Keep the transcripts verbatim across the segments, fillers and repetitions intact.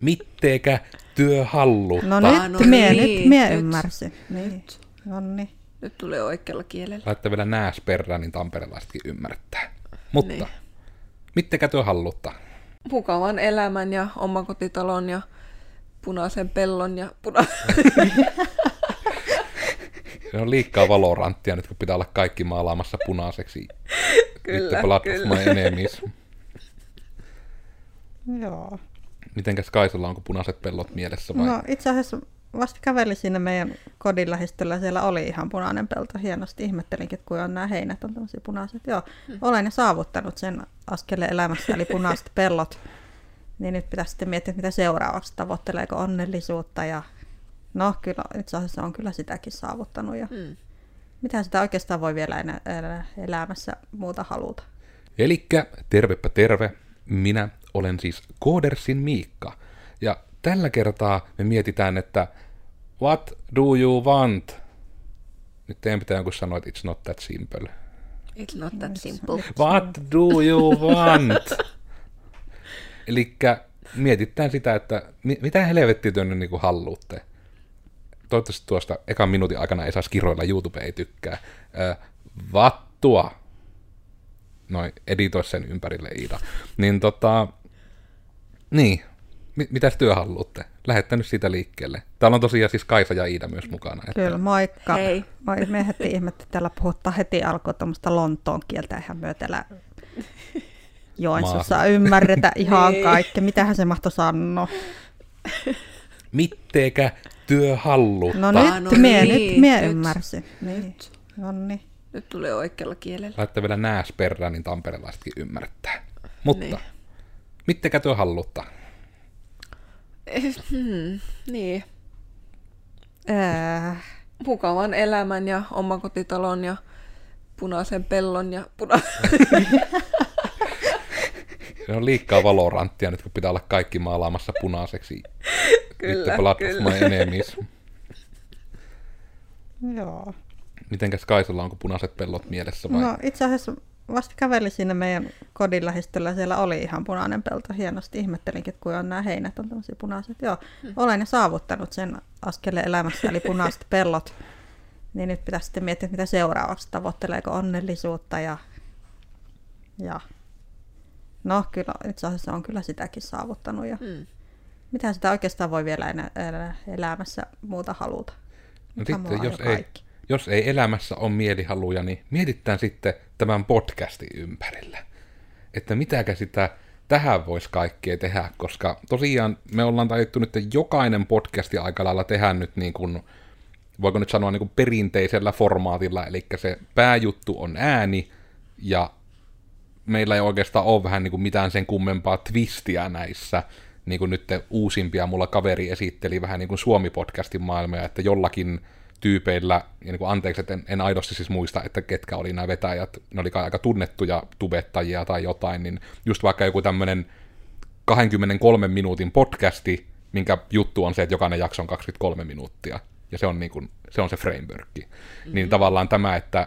Mitteekä työ halluttaa. No nyt Ah, no mie, niin, nyt mie nyt. ymmärsin. Niin. Nyt. Nonni. Nyt tulee oikealla kielellä. Laittaa vielä nääs perään, niin tamperelaisetkin ymmärtää. Mutta, Niin. mitteekä työ halluttaa? Mukavan elämän ja omakotitalon ja punaisen pellon ja puna... Se on liikaa Valoranttia nyt, kun pitää olla kaikki maalaamassa punaiseksi. Kyllä, Blood kyllä. of my enemies. Joo. Mitenkäs Kaisalla, onko punaiset pellot mielessä vai? No itse asiassa vasta kävelin siinä meidän kodin lähistöllä, siellä oli ihan punainen pelto. Hienosti ihmettelinkin, että kun on nämä heinät on tämmöisiä punaiset. Joo, hmm. olen jo saavuttanut sen askeleen elämässä, eli punaiset pellot. Niin nyt pitäisi sitten miettiä, mitä seuraavaksi, tavoitteleeko onnellisuutta. Ja no kyllä, itse asiassa on kyllä sitäkin saavuttanut. Ja Hmm. mitä sitä oikeastaan voi vielä enää enää elämässä muuta haluta. Elikkä tervepä terve, minä olen siis Koodersin Miikka. Ja tällä kertaa me mietitään, että what do you want? Nyt teidän pitää joku sanoa, että it's not that simple. It's not that simple. What do you want? Elikkä mietitään sitä, että mi- mitä helvettiä te nyt niinku halluutte. Toivottavasti tuosta ekan minuutin aikana ei saa kiroilla, YouTube ei tykkää. Ö, vattua. Noin, editoi sen ympärille, Iida. Niin tota, niin, M- mitäs työ haluatte? Lähette nyt siitä liikkeelle. Täällä on tosiaan siis Kaisa ja Iida myös mukana. Että... Kyllä, moikka. Hei. Moi, me heti ihmettä, täällä puhuttaa heti alkoi tuommoista Lontoon kieltä ihan myötelä Joensuussa ymmärretä ihan Niin. kaikki. Mitähän se mahtoi sanoa? Mitteekä työ halluttaa. No nyt Ah, no mie, niin, nyt mie nyt. ymmärsin. Niin. Nyt. Nonni. Nyt tulee oikealla kielellä. Laittaa vielä nääs perään, niin tamperelaisetkin ymmärtää. Mutta, Niin. mittekä työ halluttaa? Eh, Hmm, niin. Äh, Mukavan elämän ja omakotitalon ja punaisen pellon ja puna... Se on liikaa Valoranttia nyt, kun pitää olla kaikki maalaamassa punaiseksi. Kyllä, Blood kyllä. of my enemies. joo. Mitenkäs Kaisalla, onko punaiset pellot mielessä vai? No itse asiassa vasta kävelin siinä meidän kodin lähistöllä, siellä oli ihan punainen pelto. Hienosti ihmettelinkin, että kun on nämä heinät on tämmöisiä punaiset. Joo, hmm. olen jo saavuttanut sen askeleen elämässä, eli punaiset pellot. Niin nyt pitäisi sitten miettiä, mitä seuraavaksi, tavoitteleeko onnellisuutta ja, ja no kyllä, itse asiassa on kyllä sitäkin saavuttanut. Ja Hmm. mitä sitä oikeastaan voi vielä enää enää elämässä muuta haluta? No Nythän sitten, mulla on jos jo ei, kaikki. jos ei elämässä ole mielihaluja, niin mietitään sitten tämän podcastin ympärillä. Että mitäkä sitä tähän voisi kaikkea tehdä, koska tosiaan me ollaan taidettu nyt jokainen podcasti aika lailla tehdä nyt niin kuin, voiko nyt sanoa niin kuin perinteisellä formaatilla, eli se pääjuttu on ääni, ja meillä ei oikeastaan ole vähän niin kuin mitään sen kummempaa twistiä näissä, niin kuin nyt uusimpia mulla kaveri esitteli vähän niin kuin Suomi-podcastin maailmaa, että jollakin tyypeillä, ja niin kuin anteeksi, että en, en aidosti siis muista, että ketkä oli nämä vetäjät, ne oli kai aika tunnettuja tubettajia tai jotain, niin just vaikka joku tämmöinen kaksikymmentäkolme minuutin podcasti, minkä juttu on se, että jokainen jakso on kaksikymmentäkolme minuuttia, ja se on, niin kuin, se, on se frameworkki. Mm-hmm. Niin tavallaan tämä, että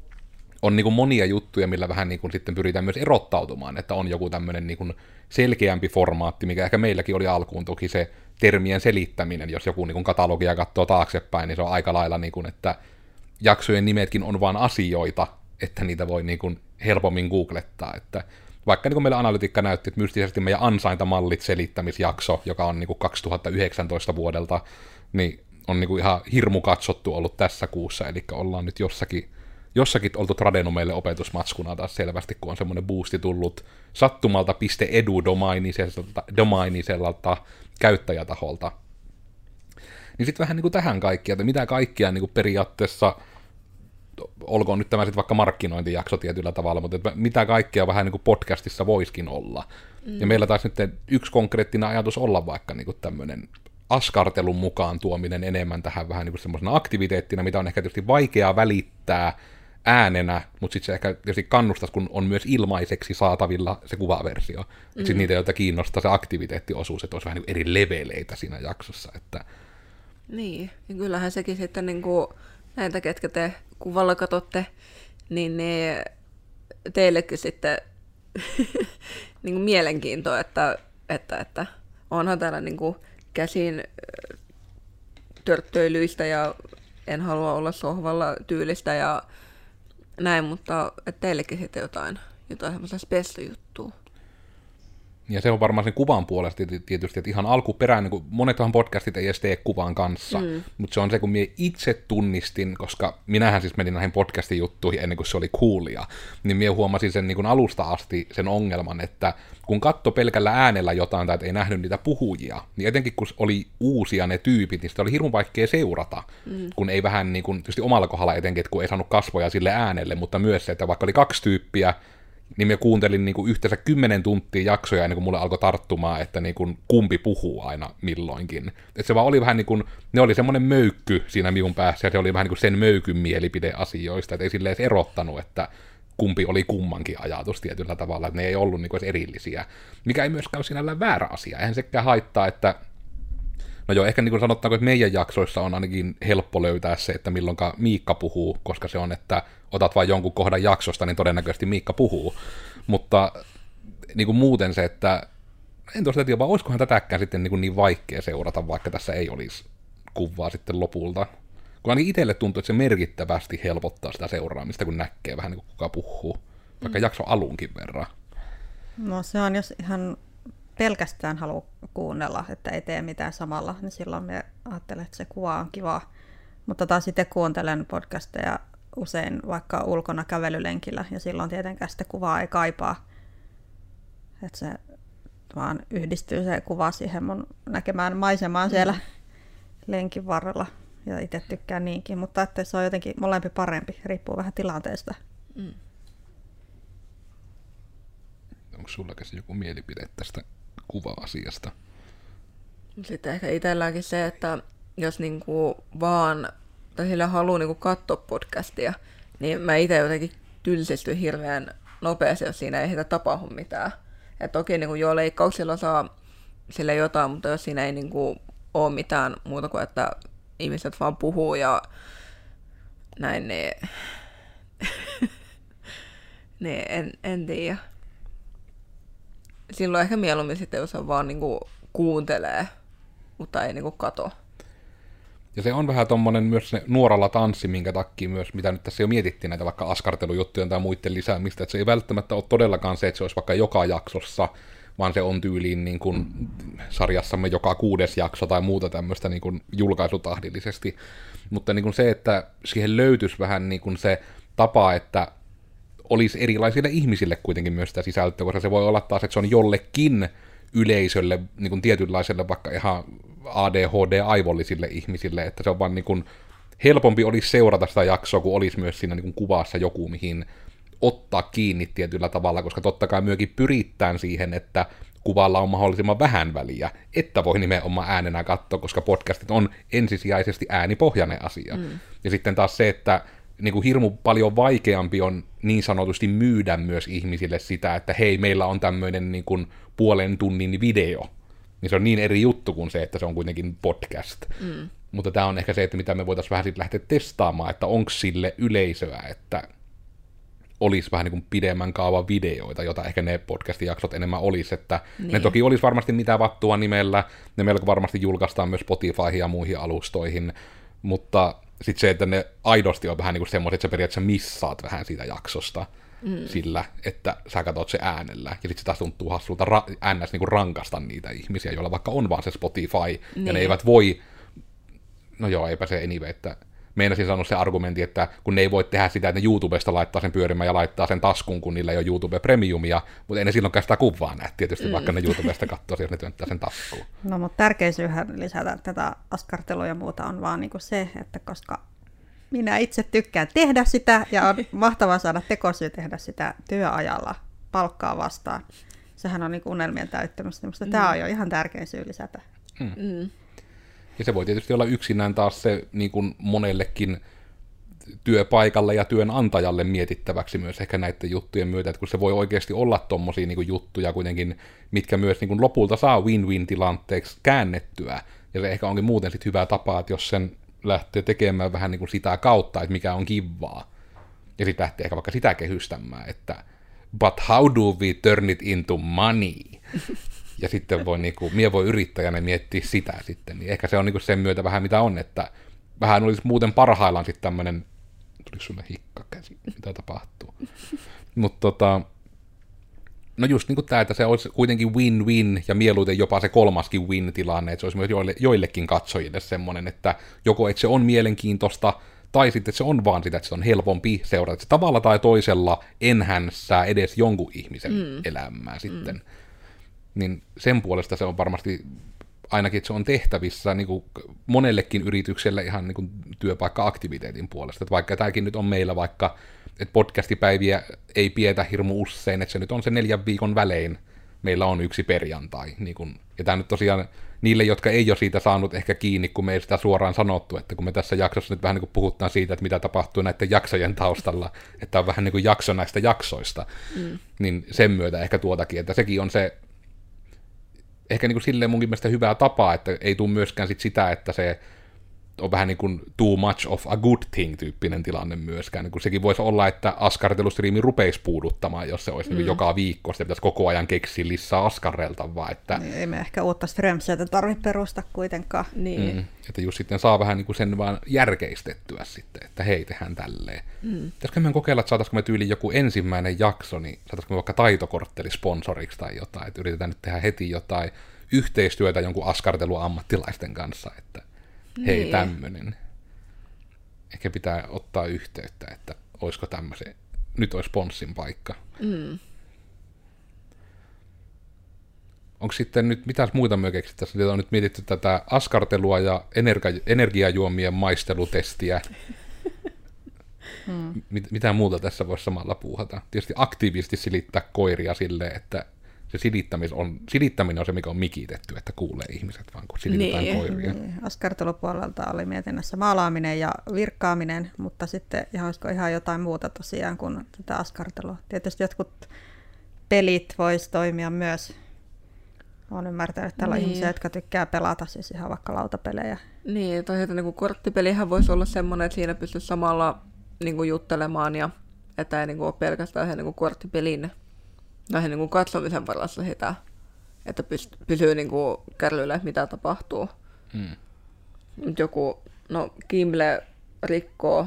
on niin kuin monia juttuja, millä vähän niin kuin sitten pyritään myös erottautumaan, että on joku tämmöinen niin kuin selkeämpi formaatti, mikä ehkä meilläkin oli alkuun toki se termien selittäminen, jos joku niin kuin katalogia katsoo taaksepäin, niin se on aika lailla niin kuin, että jaksojen nimetkin on vain asioita, että niitä voi niin kuin helpommin googlettaa, että vaikka niin kuin meillä analytiikka näytti, että mystisesti meidän ansaintamallit selittämisjakso, joka on niin kuin kaksituhattayhdeksäntoista vuodelta, niin on niin kuin ihan hirmu katsottu ollut tässä kuussa, eli ollaan nyt jossakin Jossakin oltu tradennut meille opetusmatskuna taas selvästi, kun on semmoinen boosti tullut sattumalta .edu domainiselta, domainiselta käyttäjätaholta. Niin sitten vähän niin kuin tähän kaikkia, että mitä kaikkia niin kuin periaatteessa, olkoon nyt tämä sitten vaikka markkinointijakso tietyllä tavalla, mutta että mitä kaikkea vähän niin kuin podcastissa voiskin olla. Mm. Ja meillä taisi nyt yksi konkreettinen ajatus olla vaikka niin kuin tämmöinen askartelun mukaan tuominen enemmän tähän vähän niin kuin semmoisena aktiviteettina, mitä on ehkä tietysti vaikeaa välittää äänenä, mutta sitten se ehkä tietysti kannustaisi, kun on myös ilmaiseksi saatavilla se kuvaversio. Mm. Sitten niitä, joita kiinnostaa se aktiviteettiosuus, että olisi vähän niin eri leveleitä siinä jaksossa. Että... Niin, ja kyllähän sekin sitten niin kuin näitä, ketkä te kuvalla katsotte, niin ne teillekin sitten niin kuin mielenkiintoa, että, että, että onhan täällä niinku käsin törttöilyistä ja en halua olla sohvalla tyylistä ja näin, mutta et teillekin sitten jotain, jotain semmoista spessujuttua. Ja se on varmaan sen kuvan puolesta tietysti, että ihan alkuperään, niin monethan podcastit ei edes tee kuvan kanssa, mm. mutta se on se, kun minä itse tunnistin, koska minähän siis menin näihin podcastin juttuihin ennen kuin se oli coolia, niin minä huomasin sen niin kuin alusta asti sen ongelman, että kun katso pelkällä äänellä jotain tai ei nähnyt niitä puhujia, niin etenkin kun oli uusia ne tyypit, niin sitä oli hirveän vaikea seurata, mm. kun ei vähän niin kuin, tietysti omalla kohdalla etenkin, että kun ei saanut kasvoja sille äänelle, mutta myös se, että vaikka oli kaksi tyyppiä, niin mä kuuntelin niin kuin yhteensä kymmenen tuntia jaksoja ennen kuin mulle alkoi tarttumaan, että niin kuin kumpi puhuu aina milloinkin. Että se vaan oli vähän niin kuin, ne oli semmoinen möykky siinä minun päässä, ja se oli vähän niin kuin sen möykyn mielipide asioista, että ei silleen edes erottanut, että kumpi oli kummankin ajatus tietyllä tavalla, että ne ei ollut niin kuin edes erillisiä. Mikä ei myöskään ole sinällään väärä asia, eihän sekään haittaa, että no joo, ehkä niin kuin sanottaanko, että meidän jaksoissa on ainakin helppo löytää se, että milloinka Miikka puhuu, koska se on, että otat vain jonkun kohdan jaksosta, niin todennäköisesti Miikka puhuu. Mutta niin kuin muuten se, että en tosiaan tiedä, vaan olisikohan tätäkään sitten niin, kuin niin vaikea seurata, vaikka tässä ei olisi kuvaa sitten lopulta. Kun ainakin itselle tuntuu, että se merkittävästi helpottaa sitä seuraamista, kun näkee vähän niin kuin kuka puhuu, vaikka mm. jakso alunkin verran. No se on, jos ihan pelkästään haluaa kuunnella, että ei tee mitään samalla, niin silloin me ajattelen, että se kuva on kiva. Mutta taas sitten kuuntelen podcasteja usein vaikka ulkona kävelylenkillä, ja silloin tietenkään sitä kuvaa ei kaipaa. Että se vaan yhdistyy se kuva siihen mun näkemään maisemaan siellä mm. lenkin varrella, ja itse tykkään niinkin, mutta että se on jotenkin molempi parempi, riippuu vähän tilanteesta. Mm. Onko sullakin joku mielipide tästä kuva-asiasta? Sitten ehkä itselläänkin se, että jos niinku vaan, tai sillä haluaa niinku katsoa podcastia, niin mä itse jotenkin tylsistyn hirveän nopeasti, jos siinä ei heitä tapahdu mitään. Et toki niinku joo, leikkauksilla saa sille jotain, mutta jos siinä ei niinku ole mitään muuta kuin, että ihmiset vaan puhuu ja näin, niin, niin en, en tiedä. Silloin ehkä mieluummin sitten, jos on vaan niinku kuuntelee, mutta ei niinku kato. Ja se on vähän tommonen myös se nuoralla tanssi, minkä takia myös, mitä nyt tässä jo mietittiin näitä vaikka askartelujuttuja tai muiden lisäämistä, että se ei välttämättä ole todellakaan se, että se olisi vaikka joka jaksossa, vaan se on tyyliin niin kuin sarjassamme joka kuudes jakso tai muuta tämmöistä niin kuin julkaisutahdillisesti. Mutta niin kuin se, että siihen löytyisi vähän niin kuin se tapa, että olisi erilaisille ihmisille kuitenkin myös sitä sisältöä, koska se voi olla taas, että se on jollekin yleisölle, niin kuin tietynlaiselle vaikka ihan A D H D-aivollisille ihmisille, että se on vaan niin kuin helpompi olisi seurata sitä jaksoa, kun olisi myös siinä niin kuin kuvassa joku, mihin ottaa kiinni tietyllä tavalla, koska totta kai myöskin pyritään siihen, että kuvalla on mahdollisimman vähän väliä, että voi nimenomaan äänenä katsoa, koska podcastit on ensisijaisesti äänipohjainen asia. Mm. Ja sitten taas se, että niin kuin hirmu paljon vaikeampi on niin sanotusti myydä myös ihmisille sitä, että hei, meillä on tämmöinen niin kuin puolen tunnin video. Niin se on niin eri juttu kuin se, että se on kuitenkin podcast. Mm. Mutta tämä on ehkä se, että mitä me voitaisiin vähän sitten lähteä testaamaan, että onko sille yleisöä, että olisi vähän niin kuin pidemmän kaavan videoita, jota ehkä ne podcast-jaksot enemmän olisi, että niin. Ne toki olisi varmasti mitä vattua nimellä, ne melko varmasti julkaistaan myös Spotifyhin ja muihin alustoihin, mutta sitten se, että ne aidosti on vähän niin kuin semmoiset, että sä periaatteessa missaat vähän siitä jaksosta mm. sillä, että sä katsot se äänellä, ja sitten se taas tuntuu hassulta ra- ns. Niin kuin rankasta niitä ihmisiä, joilla vaikka on vaan se Spotify, niin. Ja ne eivät voi, no joo, eipä se anyway, että meinasin sanoa se argumentti, että kun ne ei voi tehdä sitä, että ne YouTubesta laittaa sen pyörimään ja laittaa sen taskuun, kun niillä ei ole YouTube Premiumia, mutta ei ne silloinkaan sitä kuvaa näe tietysti, mm. vaikka ne YouTubesta katsoo, jos ne työntää sen taskuun. No, mutta tärkein syyhän lisätä tätä askartelua ja muuta on vaan niinku se, että koska minä itse tykkään tehdä sitä ja on mahtavaa saada tekosyy tehdä sitä työajalla palkkaa vastaan. Sehän on niinku unelmien täyttämistä, mutta mm. tämä on jo ihan tärkein syy lisätä. Mm. Mm. Ja se voi tietysti olla yksinään taas se niin kuin monellekin työpaikalle ja työnantajalle mietittäväksi myös ehkä näiden juttujen myötä, että kun se voi oikeasti olla tommosia niin kuin juttuja kuitenkin, mitkä myös niin kuin lopulta saa win-win-tilanteeksi käännettyä. Ja se ehkä onkin muuten sitten hyvä tapa, että jos sen lähtee tekemään vähän niin kuin sitä kautta, että mikä on kivaa. Ja sitten lähtee ehkä vaikka sitä kehystämään, että but how do we turn it into money? ja sitten voi, niin kuin, mie voi yrittäjänä miettiä sitä sitten, niin ehkä se on niin kuin sen myötä vähän mitä on, että vähän olisi muuten parhaillaan sitten tämmöinen, tuliko sulle hikka käsi, mitä tapahtuu, mutta tota, no just niin kuin tämä, että se olisi kuitenkin win-win, ja mieluiten jopa se kolmaskin win-tilanne, että se olisi myös joille, joillekin katsojille semmoinen, että joko että se on mielenkiintoista, tai sitten että se on vaan sitä, että se on helpompi seurata, että se tavalla tai toisella enhänsää edes jonkun ihmisen mm. elämää sitten. Mm. Niin sen puolesta se on varmasti, ainakin että se on tehtävissä niin kuin monellekin yritykselle ihan niin kuin työpaikka-aktiviteetin puolesta, että vaikka tämäkin nyt on meillä vaikka, että podcastipäiviä ei pietä hirmu usein, että se nyt on se neljän viikon välein, meillä on yksi perjantai. Niin kun, ja tämä nyt tosiaan niille, jotka ei ole siitä saanut ehkä kiinni, kun me ei sitä suoraan sanottu, että kun me tässä jaksossa nyt vähän niin kuin puhutaan siitä, että mitä tapahtuu näiden jaksojen taustalla, että on vähän niin kuin jakso näistä jaksoista, mm. niin sen myötä ehkä tuotakin, että sekin on se ehkä niin kuin silleen munkin mielestä hyvää tapaa, että ei tule myöskään sit sitä, että se on vähän niin kuin too much of a good thing -tyyppinen tilanne myöskään. Niin kuin sekin voisi olla, että askartelustriimi rupeisi puuduttamaan, jos se olisi mm. niin joka viikko. Sitä pitäisi koko ajan keksiä lisää askarrelta vaan. Että niin, ei me ehkä uutta Strömsiätä tarvitse perusta kuitenkaan. Niin. Mm, että just sitten saa vähän niin kuin sen vaan järkeistettyä sitten, että hei, tehdään tälleen. Mm. Pitäisikö me kokeilla, että saataisiko me tyyliin joku ensimmäinen jakso, niin saataisiko me vaikka taitokortteli sponsoriksi tai jotain, että yritetään nyt tehdä heti jotain yhteistyötä jonkun askarteluammattilaisten kanssa, että hei, niin. Tämmöinen. Ehkä pitää ottaa yhteyttä, että olisiko tämmöisen, nyt olisi sponssin paikka. Mm. Onko sitten nyt, mitäs muita me keksit tässä? On nyt mietitty tätä askartelua ja energia, energiajuomien maistelutestiä. Mm. Mit, mitä muuta tässä voisi samalla puuhata? Tietysti aktiivisesti silittää koiria silleen, että se silittäminen on, silittäminen on se, mikä on mikitetty, että kuulee ihmiset vaan, kun silitetään niin. koiria. Niin. Askartelupuolelta oli mietinnässä maalaaminen ja virkkaaminen, mutta sitten ihan, olisiko ihan jotain muuta tosiaan kuin tätä askartelua. Tietysti jotkut pelit voisi toimia myös. Olen ymmärtänyt, että täällä niin. on ihmisiä, jotka tykkää pelata siis ihan vaikka lautapelejä. Niin, tai että niin korttipelihän voisi olla semmoinen, että siinä pystyisi samalla niin kuin juttelemaan, ja että ei niin kuin ole pelkästään se niin korttipelin tai niin kuin katsomisen varassa sitä, että pyst- pysyy niin kuin kärryillä, mitä tapahtuu. Hmm. Joku, no Kimble rikkoo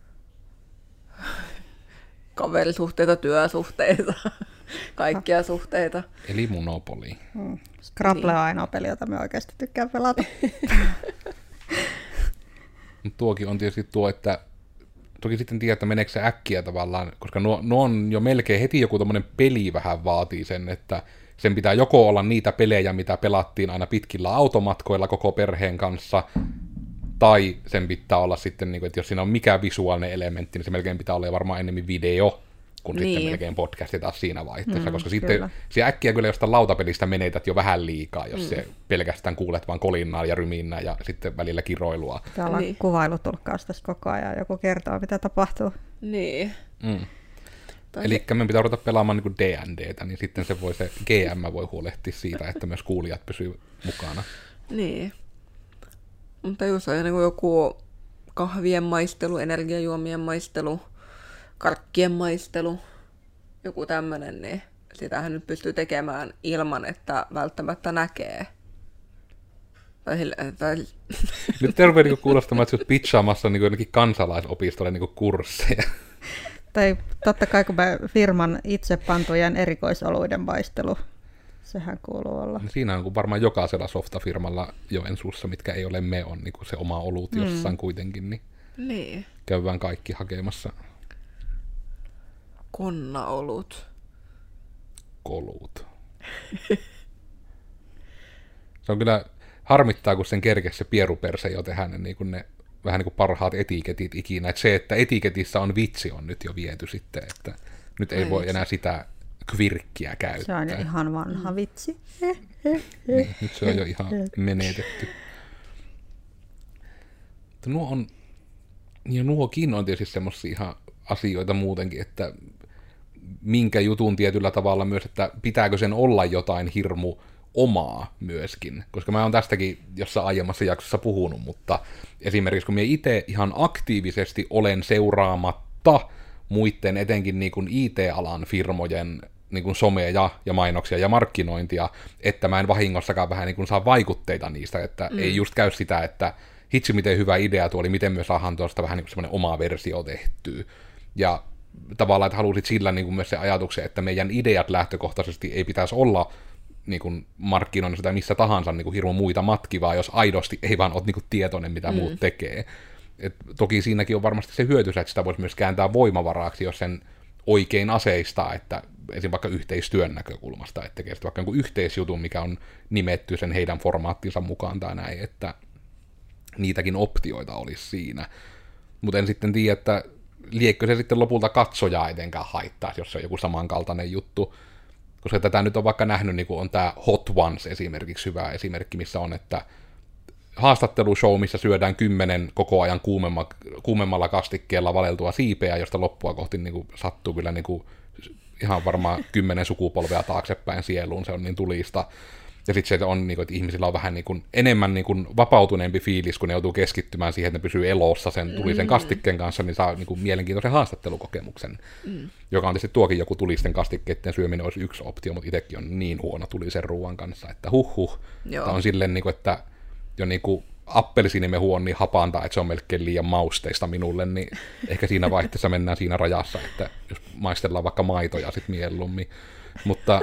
kaverisuhteita, työsuhteita, kaikkia suhteita. Eli Monopoly. Hmm. Scrabble niin. on ainoa peli, jota me oikeasti tykkään pelata. Tuokin on tietysti tuo, että toki sitten tiedät, että meneekö se äkkiä tavallaan, koska nuo, nuo on jo melkein heti joku tommonen peli vähän vaatii sen, että sen pitää joko olla niitä pelejä, mitä pelattiin aina pitkillä automatkoilla koko perheen kanssa, tai sen pitää olla sitten, että jos siinä on mikä visuaalinen elementti, niin se melkein pitää olla varmaan enemmän video, kun niin. sitten melkein podcasti taas siinä vaihteessa, mm, koska kyllä. sitten se äkkiä kyllä jostain lautapelistä menetät jo vähän liikaa, jos mm. se pelkästään kuulet vaan kolinnaa ja ryminnää ja sitten välillä kiroilua. Täällä on niin. kuvailutulkkaus tässä koko ajan, joku kertoo mitä tapahtuu. Niin. Mm. Eli me pitää ruveta pelaamaan niin kuin D and D:tä, niin sitten se, voi, se G M voi huolehtia siitä, että myös kuulijat pysyvät mukana. Niin. Mutta jos on niin joku kahvien maistelu, energiajuomien maistelu, karkkien maistelu, joku tämmöinen, niin sitähän nyt pystyy tekemään ilman, että välttämättä näkee. Tai, tai... Nyt te rupeaa kuulostamaan, että olet pitchaamassa niin jonnekin kansalaisopistolle niin kursseja. Tai totta kai, kun firman itse pantujen erikoisoluiden maistelu, sehän kuuluu olla. No siinä on varmaan jokaisella softafirmalla Joensuussa, mitkä ei ole me, on niin se oma olut jossain mm. kuitenkin, niin, niin käydään kaikki hakemassa. Konna-olut. Kolut. Se on kyllä harmittaa, kun sen kerkesi se pieruperse jo tehdä ne, niin kuin ne vähän niin kuin parhaat etiketit ikinä. Et se, että etiketissä on vitsi, on nyt jo viety sitten, että nyt ei, ei voi enää sitä kvirkkiä käyttää. Se on jo ihan vanha mm. vitsi. Niin, nyt se on jo ihan menetetty. Mutta nuo on, ja nuokin on tietysti semmoisia ihan asioita muutenkin, että minkä jutun tietyllä tavalla myös, että pitääkö sen olla jotain hirmu omaa myöskin, koska mä oon tästäkin jossain aiemmassa jaksossa puhunut, mutta esimerkiksi kun minä itse ihan aktiivisesti olen seuraamatta muiden etenkin niin kuin I T-alan firmojen niin kuin somea ja mainoksia ja markkinointia, että mä en vahingossakaan vähän niin kuin saa vaikutteita niistä, että mm. ei just käy sitä, että hitsi miten hyvä idea tuo oli, miten me saadaan tuosta vähän niin kuin semmoinen oma versio tehtyä. Ja tavallaan, että halusit sillä niin kuin myös se ajatuksen, että meidän ideat lähtökohtaisesti ei pitäisi olla niin kuin markkinoinnissa tai missä tahansa niin kuin hirmu muita matkivaa, jos aidosti ei vaan ole niin kuin tietoinen, mitä mm. muut tekee. Et toki siinäkin on varmasti se hyöty, että sitä voisi myös kääntää voimavaraaksi, jos sen oikein aseistaa, että esim. Vaikka yhteistyön näkökulmasta, että tekee vaikka jonkun yhteisjutun, mikä on nimetty sen heidän formaattinsa mukaan tai näin, että niitäkin optioita olisi siinä. Mutta en sitten tiedä, että liekkö se sitten lopulta katsojaa etenkään haittaisi, jos se on joku samankaltainen juttu. Koska tätä nyt on vaikka nähnyt, niin kuin on tämä Hot Ones esimerkiksi hyvä esimerkki, missä on, että haastattelushow, missä syödään kymmenen koko ajan kuumemma, kuumemmalla kastikkeella valeltua siipeä, josta loppua kohti niin kuin, sattuu kyllä niin kuin, ihan varmaan kymmenen sukupolvea taaksepäin sieluun, se on niin tulista. Ja sitten se on, niin kuin, että ihmisillä on vähän niin kuin, enemmän niin kuin, vapautuneempi fiilis, kun ne joutuu keskittymään siihen, että ne pysyy elossa sen tulisen kastikkeen kanssa, niin saa niin kuin, mielenkiintoisen haastattelukokemuksen. Mm. Joka on tietysti tuokin joku tulisten kastikkeiden syöminen olisi yksi optio, mutta itsekin on niin huono tulisen ruoan kanssa, että huh huh. Tämä on silleen, niin kuin, että jo niin kuin appelsiinimehu on niin hapanta, että se on melkein liian mausteista minulle, niin ehkä siinä vaihteessa mennään siinä rajassa, että jos maistellaan vaikka maitoja sitten mieluummin. Mutta,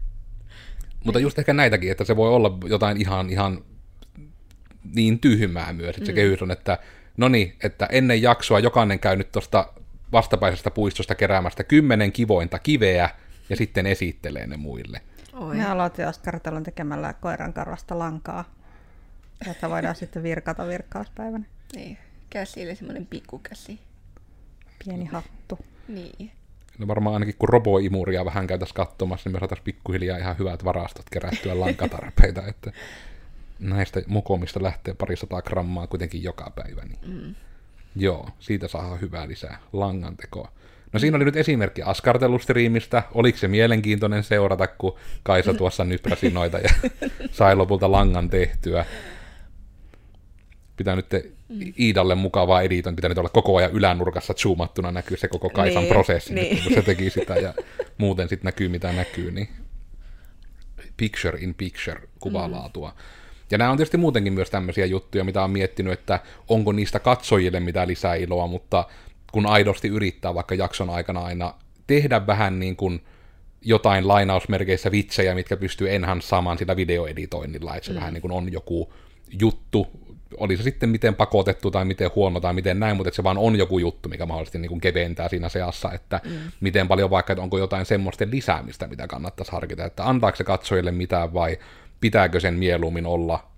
mutta just ehkä näitäkin, että se voi olla jotain ihan, ihan niin tyhmää myös, että se mm. kehys on, että no niin, että ennen jaksoa jokainen käy nyt tuosta vastapäisestä puistosta keräämästä kymmenen kivointa kiveä ja sitten esittelee ne muille. Oi. Me aloitin askartelun tekemällä koiran karvasta lankaa. Jota voidaan sitten virkata virkkauspäivänä. Niin, käsille semmoinen pikkukäsi. Pieni hattu. Niin. No varmaan ainakin kun roboimuria vähän käytäisiin katsomassa, niin me saataisiin pikkuhiljaa ihan hyvät varastot kerättyä lankatarpeita, että näistä mokomista lähtee parisataa grammaa kuitenkin joka päivä. Niin. Mm. Joo, siitä saadaan hyvää lisää langantekoa. No siinä oli nyt esimerkki askartelustriimistä. Oliko se mielenkiintoinen seurata, kun Kaisa tuossa nypräsi noita ja sai lopulta langan tehtyä? Pitää nyt Iidalle mukavaa editointia, pitää nyt olla koko ajan ylänurkassa zoomattuna näkyy se koko Kaisan niin, prosessi, niin. kun se teki sitä ja muuten sitten näkyy mitä näkyy, niin picture in picture kuvalaatua. Mm. Ja nämä on tietysti muutenkin myös tämmöisiä juttuja, mitä on miettinyt, että onko niistä katsojille mitään lisää iloa, mutta kun aidosti yrittää vaikka jakson aikana aina tehdä vähän niin kuin jotain lainausmerkeissä vitsejä, mitkä pystyy enhansaamaan sillä videoeditoinnilla, että se mm. vähän niin kuin on joku juttu, oli se sitten miten pakotettu tai miten huono tai miten näin, mutta että se vaan on joku juttu, mikä mahdollisesti niin kuin keventää siinä seassa, että mm. miten paljon vaikka, että onko jotain semmoisten lisäämistä, mitä kannattaisi harkita, että antaako se katsojille mitään vai pitääkö sen mieluummin olla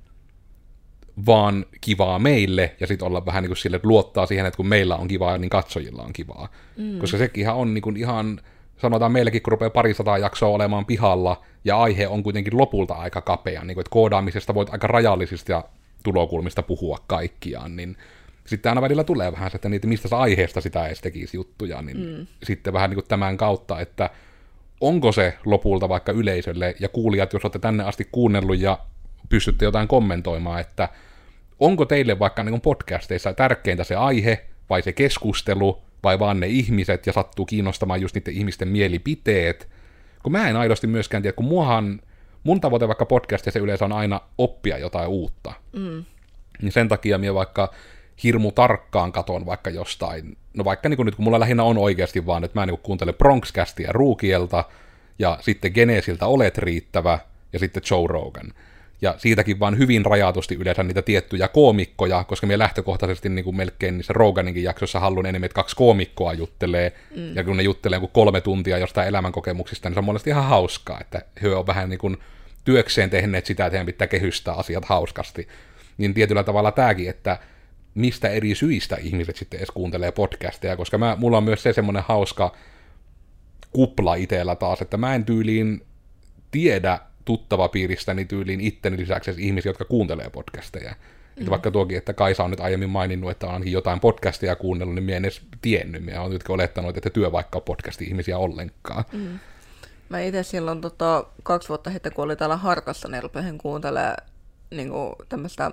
vaan kivaa meille, ja sitten olla vähän niin kuin sille, että luottaa siihen, että kun meillä on kivaa, niin katsojilla on kivaa. Mm. Koska sekin on niin kuin ihan, sanotaan meillekin, kun rupeaa parisataa jaksoa olemaan pihalla, ja aihe on kuitenkin lopulta aika kapea, niin kuin, että koodaamisesta voit aika rajallisista ja tulokulmista puhua kaikkiaan, niin sitten aina välillä tulee vähän se, että niitä, mistä aiheesta sitä edes tekisi juttuja, niin mm. sitten vähän niin kuin tämän kautta, että onko se lopulta vaikka yleisölle, ja kuulijat, jos olette tänne asti kuunnellut ja pystytte jotain kommentoimaan, että onko teille vaikka niin kuin podcasteissa tärkeintä se aihe, vai se keskustelu, vai vaan ne ihmiset, ja sattuu kiinnostamaan just niiden ihmisten mielipiteet, kun mä en aidosti myöskään tiedä, kun muahan, mun tavoite vaikka podcastissa yleensä on aina oppia jotain uutta, mm. niin sen takia minä vaikka hirmu tarkkaan katon vaikka jostain, no vaikka niin kuin nyt, kun mulla lähinnä on oikeasti vaan, että mä niin kuin kuuntelen Bronxcastia Ruukielta, ja sitten Genesiltä Olet riittävä, ja sitten Joe Rogan. Ja siitäkin vaan hyvin rajatusti yleensä niitä tiettyjä koomikkoja, koska me lähtökohtaisesti niin kuin melkein niissä Roganinkin jaksossa haluan enemmän, että kaksi koomikkoa juttelee, mm. ja kun ne juttelee kuin kolme tuntia jostain elämänkokemuksista, niin se on mielestäni ihan hauskaa, että he on vähän niin kuin työkseen tehneet sitä, että heidän pitää kehystää asiat hauskasti. Niin tietyllä tavalla tämäkin, että mistä eri syistä ihmiset sitten edes kuuntelee podcasteja, koska mä, mulla on myös se semmoinen hauska kupla itsellä taas, että mä en tyyliin tiedä tuttavapiiristäni tyyliin itteni lisäksi ihmisiä, jotka kuuntelee podcasteja. Mm. Että vaikka tuokin, että Kaisa on nyt aiemmin maininnut, että on ainakin jotain podcastia kuunnellut, niin mä en edes tiennyt. Mä oon nyt olettanut, että työ vaikka on podcasti-ihmisiä ollenkaan. Mm. Mä itse silloin tota, kaksi vuotta sitten, kun oli täällä Harkassa, niin rupesin kuuntelemaan niin kuin tämmöistä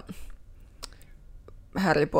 Harry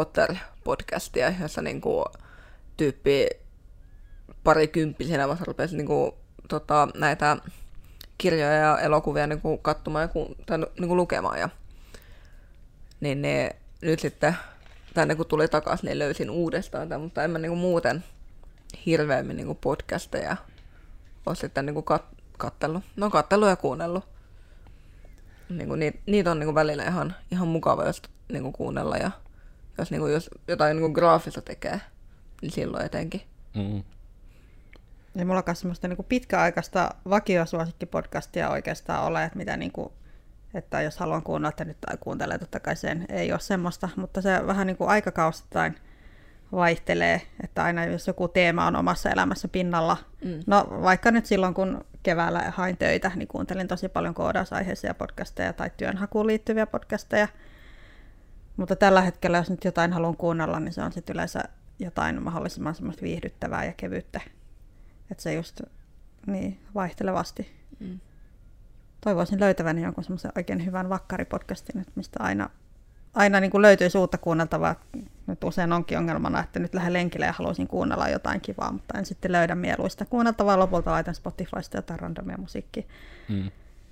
Potter-podcastia, jossa niin kuin, tyyppi parikymppisenä vasta rupesi niin kuin, tota, näitä kirjoja ja elokuvia niin kuin katsomaan ja ku, tai niin kuin lukemaan. Ja, niin ne, nyt sitten tänne kun tuli takaisin, niin löysin uudestaan tämän, mutta en mä niin kuin muuten hirveämmin niin kuin podcasteja ole sitten niin kuin kat- kattellut. No kattellut ja kuunnellut. Niin kuin niitä, niitä on niin kuin välillä ihan, ihan mukava jos, niin kuin kuunnella ja jos, niin kuin, jos jotain niin kuin graafista tekee, niin silloin etenkin. Mm. Ei mullakaan semmoista niin kuin pitkäaikaista vakiosuosikkipodcastia oikeastaan ole, että mitä niin kuin, että jos haluan kuunnella, että nyt tai kuuntelee, totta kai sen ei ole semmoista, mutta se vähän niin kuin aikakausittain vaihtelee, että aina jos joku teema on omassa elämässä pinnalla, mm. no vaikka nyt silloin kun keväällä hain töitä, niin kuuntelin tosi paljon koodausaiheisia podcasteja tai työnhakuun liittyviä podcasteja, mutta tällä hetkellä jos nyt jotain haluan kuunnella, niin se on sitten yleensä jotain mahdollisimman semmoista viihdyttävää ja kevyyttä, että se just niin vaihtelevasti. Mm. Toivoisin löytäväni jonkun semmoisen oikein hyvän vakkaripodcastin, mistä aina, aina niin kuin löytyisi uutta kuunneltavaa. Nyt usein onkin ongelmana, että nyt lähden lenkille ja haluaisin kuunnella jotain kivaa, mutta en sitten löydä mieluista kuunneltavaa. Lopulta laitan Spotifysta jotain randomia musiikkia. Hmm.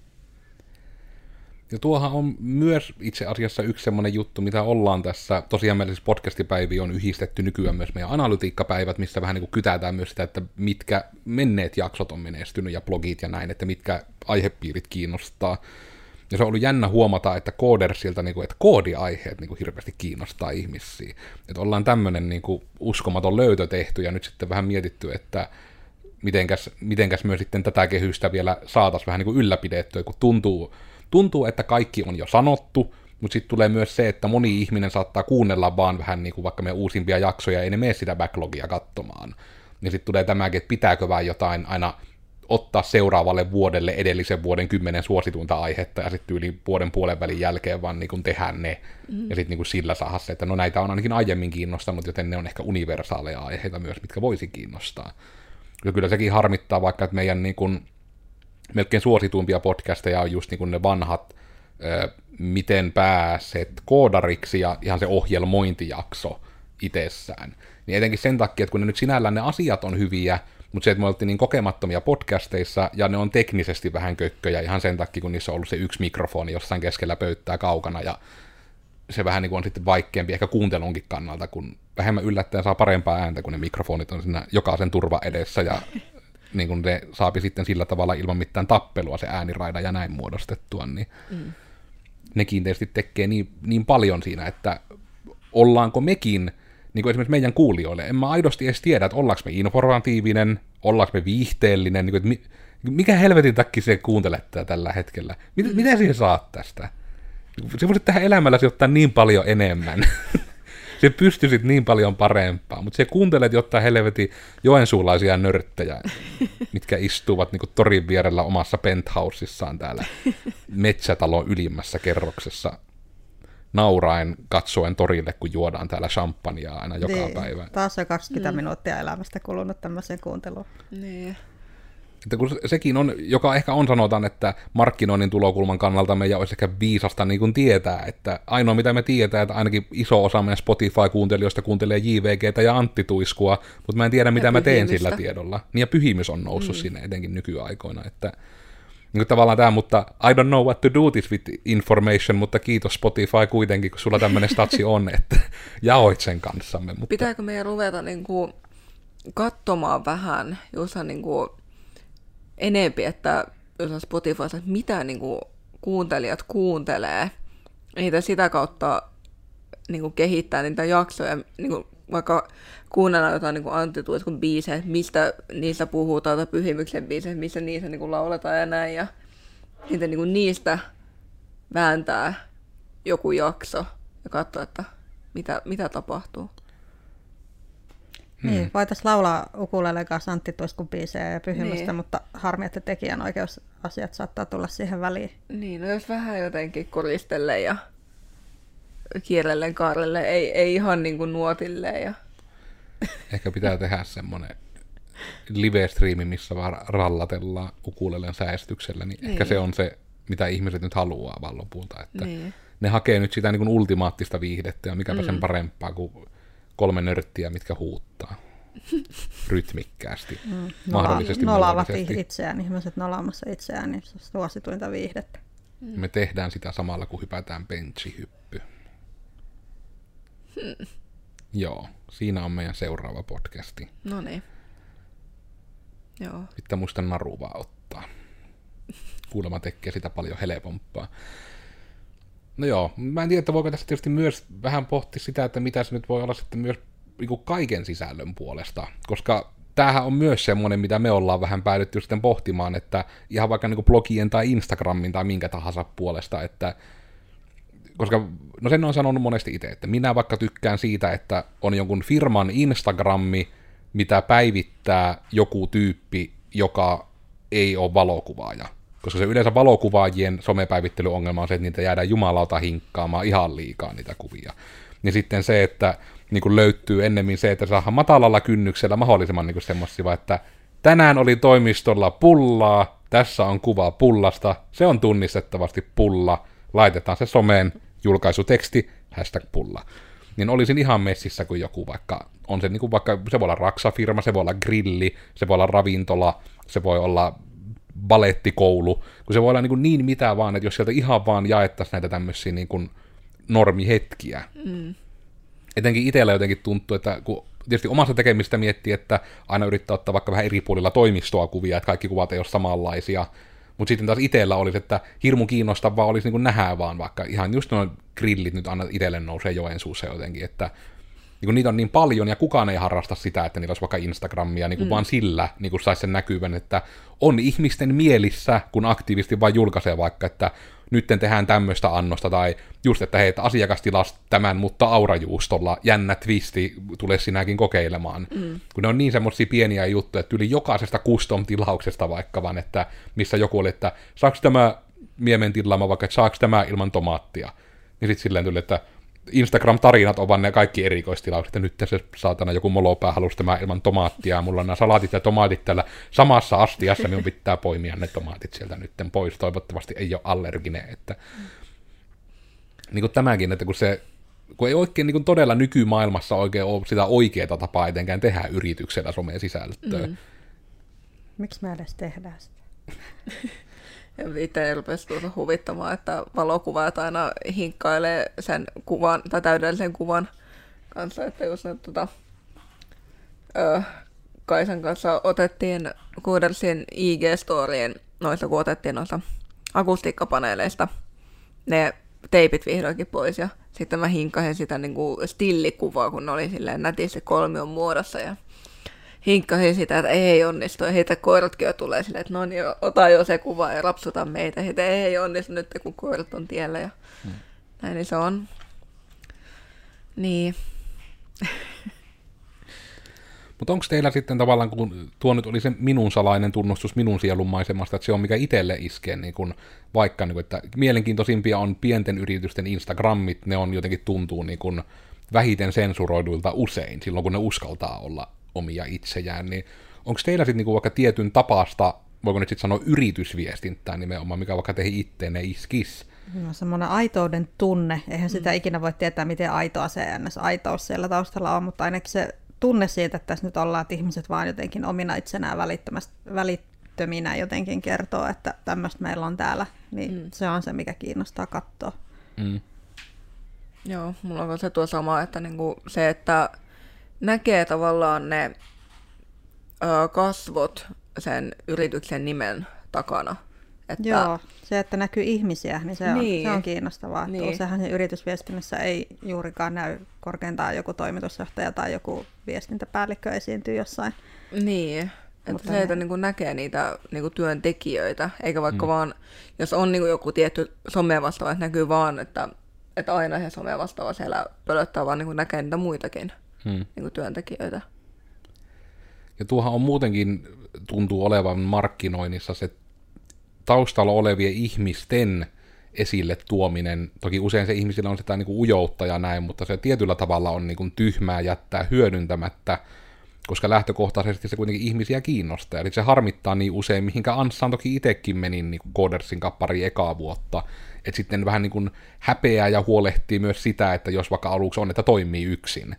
Ja tuohan on myös itse asiassa yksi semmoinen juttu, mitä ollaan tässä, tosiaan meillä siis podcastipäiviä on yhdistetty nykyään myös meidän analytiikkapäivät, missä vähän niin kuin kytätään myös sitä, että mitkä menneet jaksot on menestynyt ja blogit ja näin, että mitkä aihepiirit kiinnostaa. Ja se on ollut jännä huomata, että koodersilta, niin kuin, että koodiaiheet niin kuin hirveästi kiinnostaa ihmisiä. Että ollaan tämmöinen niin kuin uskomaton löytö tehty ja nyt sitten vähän mietitty, että mitenkäs, mitenkäs myös sitten tätä kehystä vielä saataisiin vähän niin kuin ylläpidettyä, kun tuntuu, tuntuu, että kaikki on jo sanottu, mutta sitten tulee myös se, että moni ihminen saattaa kuunnella vaan vähän niin kuin vaikka meidän uusimpia jaksoja, ei ne mene sitä backlogia katsomaan. Ja sitten tulee tämäkin, että pitääkö vaan jotain aina ottaa seuraavalle vuodelle edellisen vuoden kymmenen suosituinta aihetta, ja sitten yli vuoden puolen välin jälkeen vaan niin kuin tehdään ne, mm. ja sitten niin sillä saada se, että no näitä on ainakin aiemmin kiinnostanut, joten ne on ehkä universaaleja aiheita myös, mitkä voisi kiinnostaa. Ja kyllä sekin harmittaa vaikka, että meidän niin kuin melkein suosituimpia podcasteja on just niin kuin ne vanhat, ö, miten pääset koodariksi ja ihan se ohjelmointijakso itsessään. Niin etenkin sen takia, että kun ne nyt sinällään ne asiat on hyviä, mutta se, että me oltiin niin kokemattomia podcasteissa, ja ne on teknisesti vähän kökköjä ihan sen takia, kun niissä on ollut se yksi mikrofoni jossain keskellä pöytää kaukana, ja se vähän niin kuin on sitten vaikeampi ehkä kuuntelunkin kannalta, kun vähemmän yllättäen saa parempaa ääntä, kun ne mikrofonit on siinä jokaisen turva edessä, ja niin kuin ne saapi sitten sillä tavalla ilman mitään tappelua se ääniraida ja näin muodostettua, niin mm. nekin tietysti tekee niin, niin paljon siinä, että ollaanko mekin, niin kuin esimerkiksi meidän kuulijoille, en mä aidosti edes tiedä, että ollaanko me informatiivinen, ollaanko me viihteellinen, niin kuin, että mikä helvetin takki se kuuntelet tällä hetkellä, mitä, mm. mitä siihen saat tästä? Se voisit tähän elämälläsi ottaa niin paljon enemmän. Se pystyisit niin paljon parempaa, mutta se kuuntelet jotain helvetin joensuulaisia nörttejä, mitkä istuvat niin kuin torin vierellä omassa penthouseissaan täällä metsätalon ylimmässä kerroksessa, nauraen katsoen torille, kun juodaan täällä champagnea aina joka niin, päivä. Taas on kaksikymmentä mm. minuuttia elämästä kulunut tämmöiseen kuunteluun. Niin. Että kun sekin on, joka ehkä on sanotaan, että markkinoinnin tulokulman kannalta meidän olisi ehkä viisasta niin kuin tietää, että ainoa mitä me tietää, että ainakin iso osa meidän Spotify-kuuntelijoista kuuntelee J V G:tä ja Antti Tuiskua, mutta mä en tiedä mitä ja mä teen sillä tiedolla. Niin ja pyhimys on noussut mm. sinne etenkin nykyaikoina, että niin tavallaan tämä, mutta I don't know what to do this with information, mutta kiitos Spotify kuitenkin, kun sulla tämmöinen statsi on, että jaoit sen kanssamme. Mutta pitääkö meidän ruveta niin kuin katsomaan vähän, jos niin kuin enempi, että jos on Spotifyssa, että mitä niin kuin kuuntelijat kuuntelee, niitä sitä kautta niin kuin kehittää niitä jaksoja, niin kuin vaikka kuunnellaan jotain niin Antti Tuiskun biisejä, mistä niistä puhutaan, tai Pyhimyksen biisejä, missä niissä niin kuin lauletaan ja näin, ja niitä, niin kuin niistä vääntää joku jakso ja katsoa, että mitä, mitä tapahtuu. Niin, voitaisiin laulaa ukulelen kanssa Antti Tuiskun biisejä ja Pyhimystä, niin. Mutta harmi, että tekijänoikeusasiat saattaa tulla siihen väliin. Niin, no jos vähän jotenkin koristelle ja kielellen kaarelle, ei, ei ihan niin kuin nuotille. Ja ehkä pitää tehdä semmoinen live-striimi, missä vaan rallatellaan ukulelen säästyksellä, niin, niin ehkä se on se, mitä ihmiset nyt haluaa vaan lopulta. Että niin. Ne hakee nyt sitä niin kuin ultimaattista viihdettä, ja mikäpä mm. sen parempaa kuin kolme nörttiä, mitkä huuttaa. rytmikkäästi, Mm, mahdollisesti nolaavat melodisesti. itseään, ihmiset nolaamassa itseään, niin se on suosituinta viihdettä. Mm. Me tehdään sitä samalla, kun hypätään benchihyppy. Hmm. Joo, siinä on meidän seuraava podcasti. No niin. Joo. Pitää muista naru vaan ottaa. Kuulemma tekee sitä paljon helpompaa. No joo, mä en tiedä, että voiko tässä tietysti myös vähän pohtia sitä, että mitä se nyt voi olla sitten myös niin kaiken sisällön puolesta, koska tämähän on myös semmoinen, mitä me ollaan vähän päädytty sitten pohtimaan, että ihan vaikka niin blogien tai Instagramin tai minkä tahansa puolesta, että koska, no sen on sanonut monesti itse, että minä vaikka tykkään siitä, että on jonkun firman Instagrammi, mitä päivittää joku tyyppi, joka ei ole valokuvaaja. Koska se yleensä valokuvaajien somepäivittelyongelma on se, että niitä jäädään jumalauta hinkkaamaan ihan liikaa niitä kuvia. Ja sitten se, että niin kuin löytyy ennemmin se, että saadaan matalalla kynnyksellä mahdollisimman niin semmoisia, että tänään oli toimistolla pullaa, tässä on kuva pullasta, se on tunnistettavasti pulla, laitetaan se someen, julkaisuteksti, hashtag pulla. Niin olisin ihan messissä kuin joku vaikka, on se niin kuin vaikka, se voi olla raksafirma, se voi olla grilli, se voi olla ravintola, se voi olla balettikoulu, kun se voi olla niin, niin mitä vaan, että jos sieltä ihan vaan jaettaisiin näitä tämmöisiä niin kuin normihetkiä. Mm. Etenkin itsellä jotenkin tuntuu, että kun tietysti omassa tekemistä miettii, että aina yrittää ottaa vaikka vähän eri puolilla toimistoa kuvia, että kaikki kuvat ei ole samanlaisia, mutta sitten taas itsellä olisi, että hirmu kiinnostavaa olisi niin kuin nähdä vaan vaikka ihan just noin grillit nyt aina itselle nousee Joensuussa jotenkin, että niin kuin niitä on niin paljon, ja kukaan ei harrasta sitä, että niillä olisi vaikka Instagramia, niin kuin mm. vaan sillä niin kuin saisi sen näkyvän, että on ihmisten mielissä, kun aktiivisesti vaan julkaisee vaikka, että nyt tehdään tämmöistä annosta, tai just, että hei, että asiakas tilasi tämän, mutta aurajuustolla, jännä twisti, tule sinäkin kokeilemaan. Mm. Kun ne on niin semmoisia pieniä juttuja, että yli jokaisesta custom-tilauksesta vaikka vaan, että missä joku oli, että saaks tämä miemen tilaama vaikka, että saaks tämä ilman tomaattia, niin sitten silleen tuli, että Instagram-tarinat ovat ne kaikki erikoistilaukset, ja nyt se saatana joku molopää halusi tämä ilman tomaattia, mulla on nämä salaatit ja tomaatit täällä samassa astiassa, minun pitää poimia ne tomaatit sieltä nytten pois, toivottavasti ei ole allerginen, että mm. niin kuin tämäkin, että kun se, kun ei oikein niin kuin todella nykymaailmassa oikein ole sitä oikeaa tapaa etenkään tehdä yrityksellä someen sisältöä. Mm. Miksi me edes tehdään sitä? Itse rupesi tuota huvittamaan, että valokuvaajat aina hinkkailee sen kuvan, tai täydellisen kuvan kanssa, että jos ne tuota, ö, Kaisan kanssa otettiin Coodersin I G-storien, noista kun otettiin noista akustiikkapaneeleista ne teipit vihdoinkin pois, ja sitten mä hinkkasin sitä niin kuin stillikuvaa, kun ne oli silleen nätisti kolmion muodossa, ja hinkkasin sitä, että ei onnistu, ja heitä koiratkin jo tulee silleen, että no niin, ota jo se kuva ja rapsuta meitä, heitä ei onnistu nyt, kun koirat on tiellä, ja hmm. näin, niin se on. Niin. Mutta onko teillä sitten tavallaan, kun tuo nyt oli se minun salainen tunnustus minun sielun maisemasta, että se on mikä itselle iskee, niin kun vaikka, niin kun, että mielenkiintoisimpia on pienten yritysten Instagrammit, ne on jotenkin tuntuu niin kun vähiten sensuroiduilta usein, silloin kun ne uskaltaa olla omia itsejään, niin onko teillä sitten niinku vaikka tietyn tapasta, voiko nyt sitten sanoa yritysviestintää nimenomaan, mikä vaikka teihin itteenne iskisi? No semmoinen aitouden tunne, eihän sitä mm. ikinä voi tietää, miten aitoa se aitous siellä taustalla on, mutta ainakin se tunne siitä, että tässä nyt ollaan, että ihmiset vaan jotenkin omina itsenään välittöminä jotenkin kertoo, että tämmöistä meillä on täällä, niin mm. se on se, mikä kiinnostaa katsoa. Mm. Joo, mulla on se tuo sama, että niinku se, että näkee tavallaan ne ö, kasvot sen yrityksen nimen takana. Että joo, se, että näkyy ihmisiä, niin se on, niin. se on kiinnostavaa. Niin. Useinhan se yritysviestinnässä ei juurikaan näy korkeintaan joku toimitusjohtaja tai joku viestintäpäällikkö esiintyy jossain. Niin, että se, että ne... niin näkee niitä niin työntekijöitä, eikä vaikka mm. vaan, jos on niin joku tietty somevastaava, että näkyy vaan, että, että aina se somevastaava siellä pölöttää, vaan niin näkee niitä muitakin hmm. niin työntekijöitä. Ja tuohan on muutenkin, tuntuu olevan markkinoinnissa se taustalla olevien ihmisten esille tuominen. Toki usein se ihmisillä on sitä niin kuin ujoutta ja näin, mutta se tietyllä tavalla on niin kuin tyhmää jättää hyödyntämättä, koska lähtökohtaisesti se kuitenkin ihmisiä kiinnostaa. Eli se harmittaa niin usein, mihinkä Anssaan toki itsekin menin niin Coodersin kappari ekaa vuotta, että sitten vähän niin kuin häpeää ja huolehtii myös sitä, että jos vaikka aluksi on, että toimii yksin,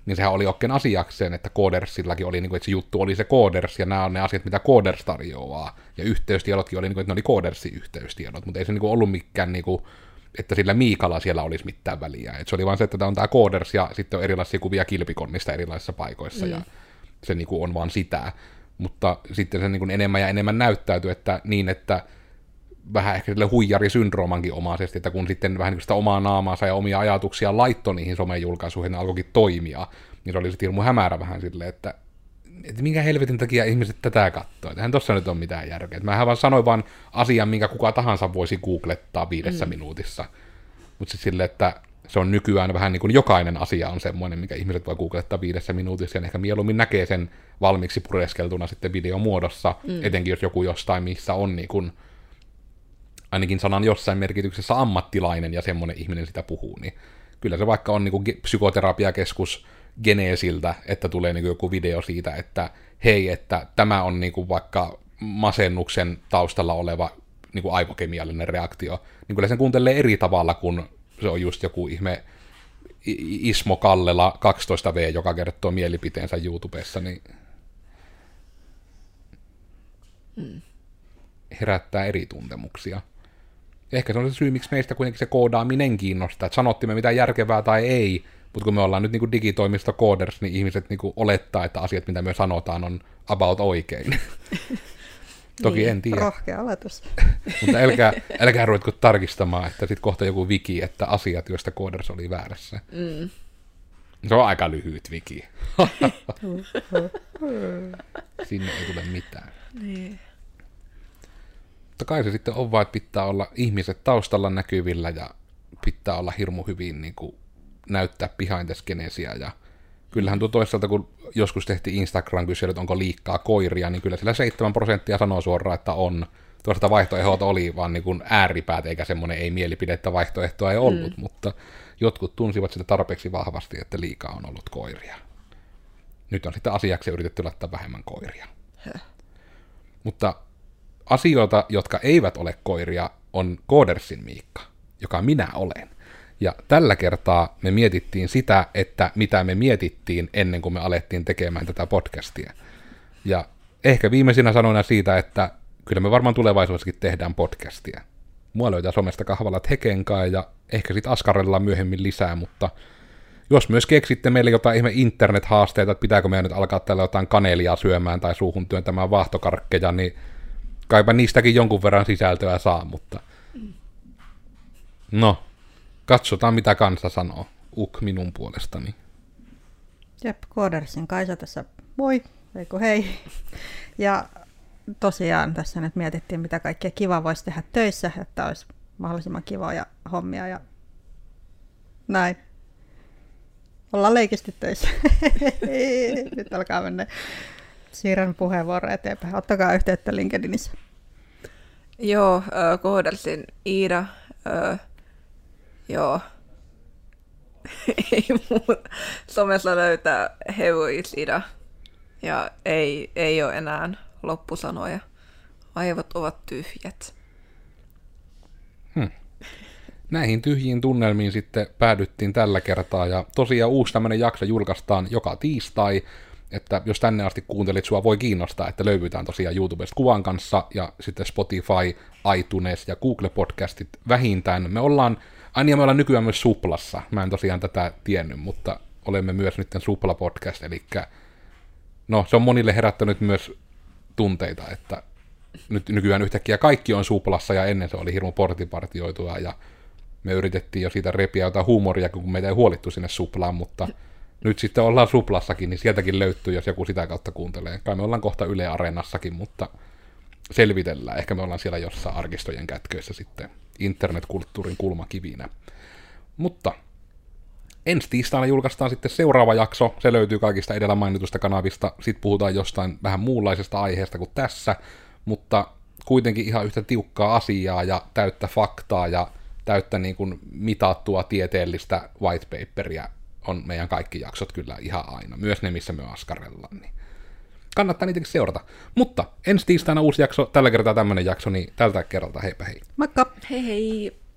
niin sehän oli oikein asiakseen, että Codersillakin oli, niin kuin, että se juttu oli se Coders, ja nämä on ne asiat, mitä Coders tarjoaa. Ja yhteystiedotkin oli, niin kuin, että ne oli Codersin yhteystiedot, mutta ei se niin kuin, ollut mikään, niin kuin, että sillä Miikalla siellä olisi mitään väliä. Et se oli vain se, että tämä on tämä Coders, ja sitten on erilaisia kuvia kilpikonnista erilaisissa paikoissa, mm. ja se niin kuin, on vaan sitä. Mutta sitten se niin kuin, enemmän ja enemmän näyttäytyy, että niin, että vähän ehkä sille huijarisyndroomankin omaisesti, että kun sitten vähän niin sitä omaa naamaansa ja omia ajatuksia laittoi niihin somejulkaisuihin, ne alkoikin toimia, niin se oli sitten hirmu hämärä vähän silleen, että, että minkä helvetin takia ihmiset tätä katsoo, eihän tossa nyt ole mitään järkeä. Mä vaan sanoin vaan asian, minkä kuka tahansa voisi googlettaa viidessä mm. minuutissa, mutta sitten silleen, että se on nykyään vähän niin kuin jokainen asia on semmoinen, mikä ihmiset voi googlettaa viidessä minuutissa, ja ehkä mieluummin näkee sen valmiiksi pureskeltuna sitten videomuodossa, mm. etenkin jos joku jostain, missä on niin kuin ainakin sanan jossain merkityksessä ammattilainen ja semmoinen ihminen sitä puhuu, niin kyllä se vaikka on niin kuin psykoterapiakeskus Geneesiltä, että tulee niin kuin joku video siitä, että hei, että tämä on niin kuin vaikka masennuksen taustalla oleva niin kuin aivokemiallinen reaktio, niin kyllä sen kuuntelee eri tavalla, kun se on just joku ihme Ismo Kallela kaksitoista vuotias, joka kertoo mielipiteensä YouTubessa, niin hmm. herättää eri tuntemuksia. Ehkä se on se syy, miksi meistä kuitenkin se koodaaminen kiinnostaa, että sanottiin me mitään järkevää tai ei, mutta kun me ollaan nyt niin kuin digitoimisto Coders, niin ihmiset niin kuin olettaa, että asiat, mitä me sanotaan, on about oikein. Toki niin, en tiedä. Rohkea oletus. Mutta älkää, älkää ruvetko tarkistamaan, että sitten kohta joku wiki, että asiat, joista Coders oli väärässä. Mm. Se on aika lyhyt wiki. Sinne ei tule mitään. Niin. Mutta kai se sitten on vaan, että pitää olla ihmiset taustalla näkyvillä ja pitää olla hirmu hyvin niin kuin näyttää behind the scenesia. Ja kyllähän tuo toisaalta, kun joskus tehtiin Instagram-kysely, että onko liikkaa koiria, niin kyllä sillä seitsemän prosenttia sanoo suoraan, että on. Tuosta vaihtoehdot oli vaan niin kuin ääripäät, eikä semmoinen ei mielipidettä vaihtoehtoa ei ollut, mm. mutta jotkut tunsivat sitä tarpeeksi vahvasti, että liikaa on ollut koiria. Nyt on sitten asiaksi yritetty laittaa vähemmän koiria. Häh. Mutta asioita, jotka eivät ole koiria, on Codersin Miikka, joka minä olen. Ja tällä kertaa me mietittiin sitä, että mitä me mietittiin ennen kuin me alettiin tekemään tätä podcastia. Ja ehkä viimeisinä sanoina siitä, että kyllä me varmaan tulevaisuudessakin tehdään podcastia. Mua löytää somesta kahvalat Hekenkaan ja ehkä sit askarellaan myöhemmin lisää, mutta jos myös keksitte meille jotain ihme internet-haasteita, että pitääkö meidän nyt alkaa täällä jotain kanelia syömään tai suuhun työntämään vaahtokarkkeja, niin kaipa niistäkin jonkun verran sisältöä saa, mutta no, katsotaan mitä kansa sanoo. Uk minun puolestani. Jep, Codersin Kaisa tässä moi, eikö hei. Ja tosiaan tässä nyt mietittiin, mitä kaikkea kiva voisi tehdä töissä, että olisi mahdollisimman kivoja hommia ja näin. Ollaan leikisti töissä. Nyt alkaa mennä. Siirrän puheenvuoro eteenpäin. Ottakaa yhteyttä LinkedInissä. Joo, äh, Codersin Iida. Äh, joo. Ei muuta. Somessa löytää Heuis Ida. Ja ei, ei ole enää loppusanoja. Aivot ovat tyhjät. Hmm. Näihin tyhjiin tunnelmiin sitten päädyttiin tällä kertaa. Ja tosiaan uusi tämmöinen jakso julkaistaan joka tiistai. Että jos tänne asti kuuntelit, sua voi kiinnostaa, että löydytään tosiaan YouTubesta kuvan kanssa, ja sitten Spotify, iTunes ja Google Podcastit vähintään. Me ollaan, aina me ollaan nykyään myös Suplassa, mä en tosiaan tätä tiennyt, mutta olemme myös nyt Supla-podcast, eli no se on monille herättänyt myös tunteita, että nyt nykyään yhtäkkiä kaikki on Suplassa, ja ennen se oli hirmu portipartioitua, ja me yritettiin jo siitä repiä jotain huumoria, kun meitä ei huolittu sinne Suplaan, mutta nyt sitten ollaan Suplassakin, niin sieltäkin löytyy, jos joku sitä kautta kuuntelee. Kai me ollaan kohta Yle Areenassakin, mutta selvitellään. Ehkä me ollaan siellä jossain arkistojen kätköissä sitten internetkulttuurin kulmakivinä. Mutta ensi tiistaina julkaistaan sitten seuraava jakso. Se löytyy kaikista edellä mainitusta kanavista. Sitten puhutaan jostain vähän muunlaisesta aiheesta kuin tässä, mutta kuitenkin ihan yhtä tiukkaa asiaa ja täyttä faktaa ja täyttä niin kuin mitattua tieteellistä whitepaperia on meidän kaikki jaksot kyllä ihan aina, myös ne, missä me askarellaan, niin kannattaa niitäkin seurata. Mutta ensi tiistaina uusi jakso, tällä kertaa tämmönen jakso, niin tältä kerralta heipä hei. Moikka! Hei hei!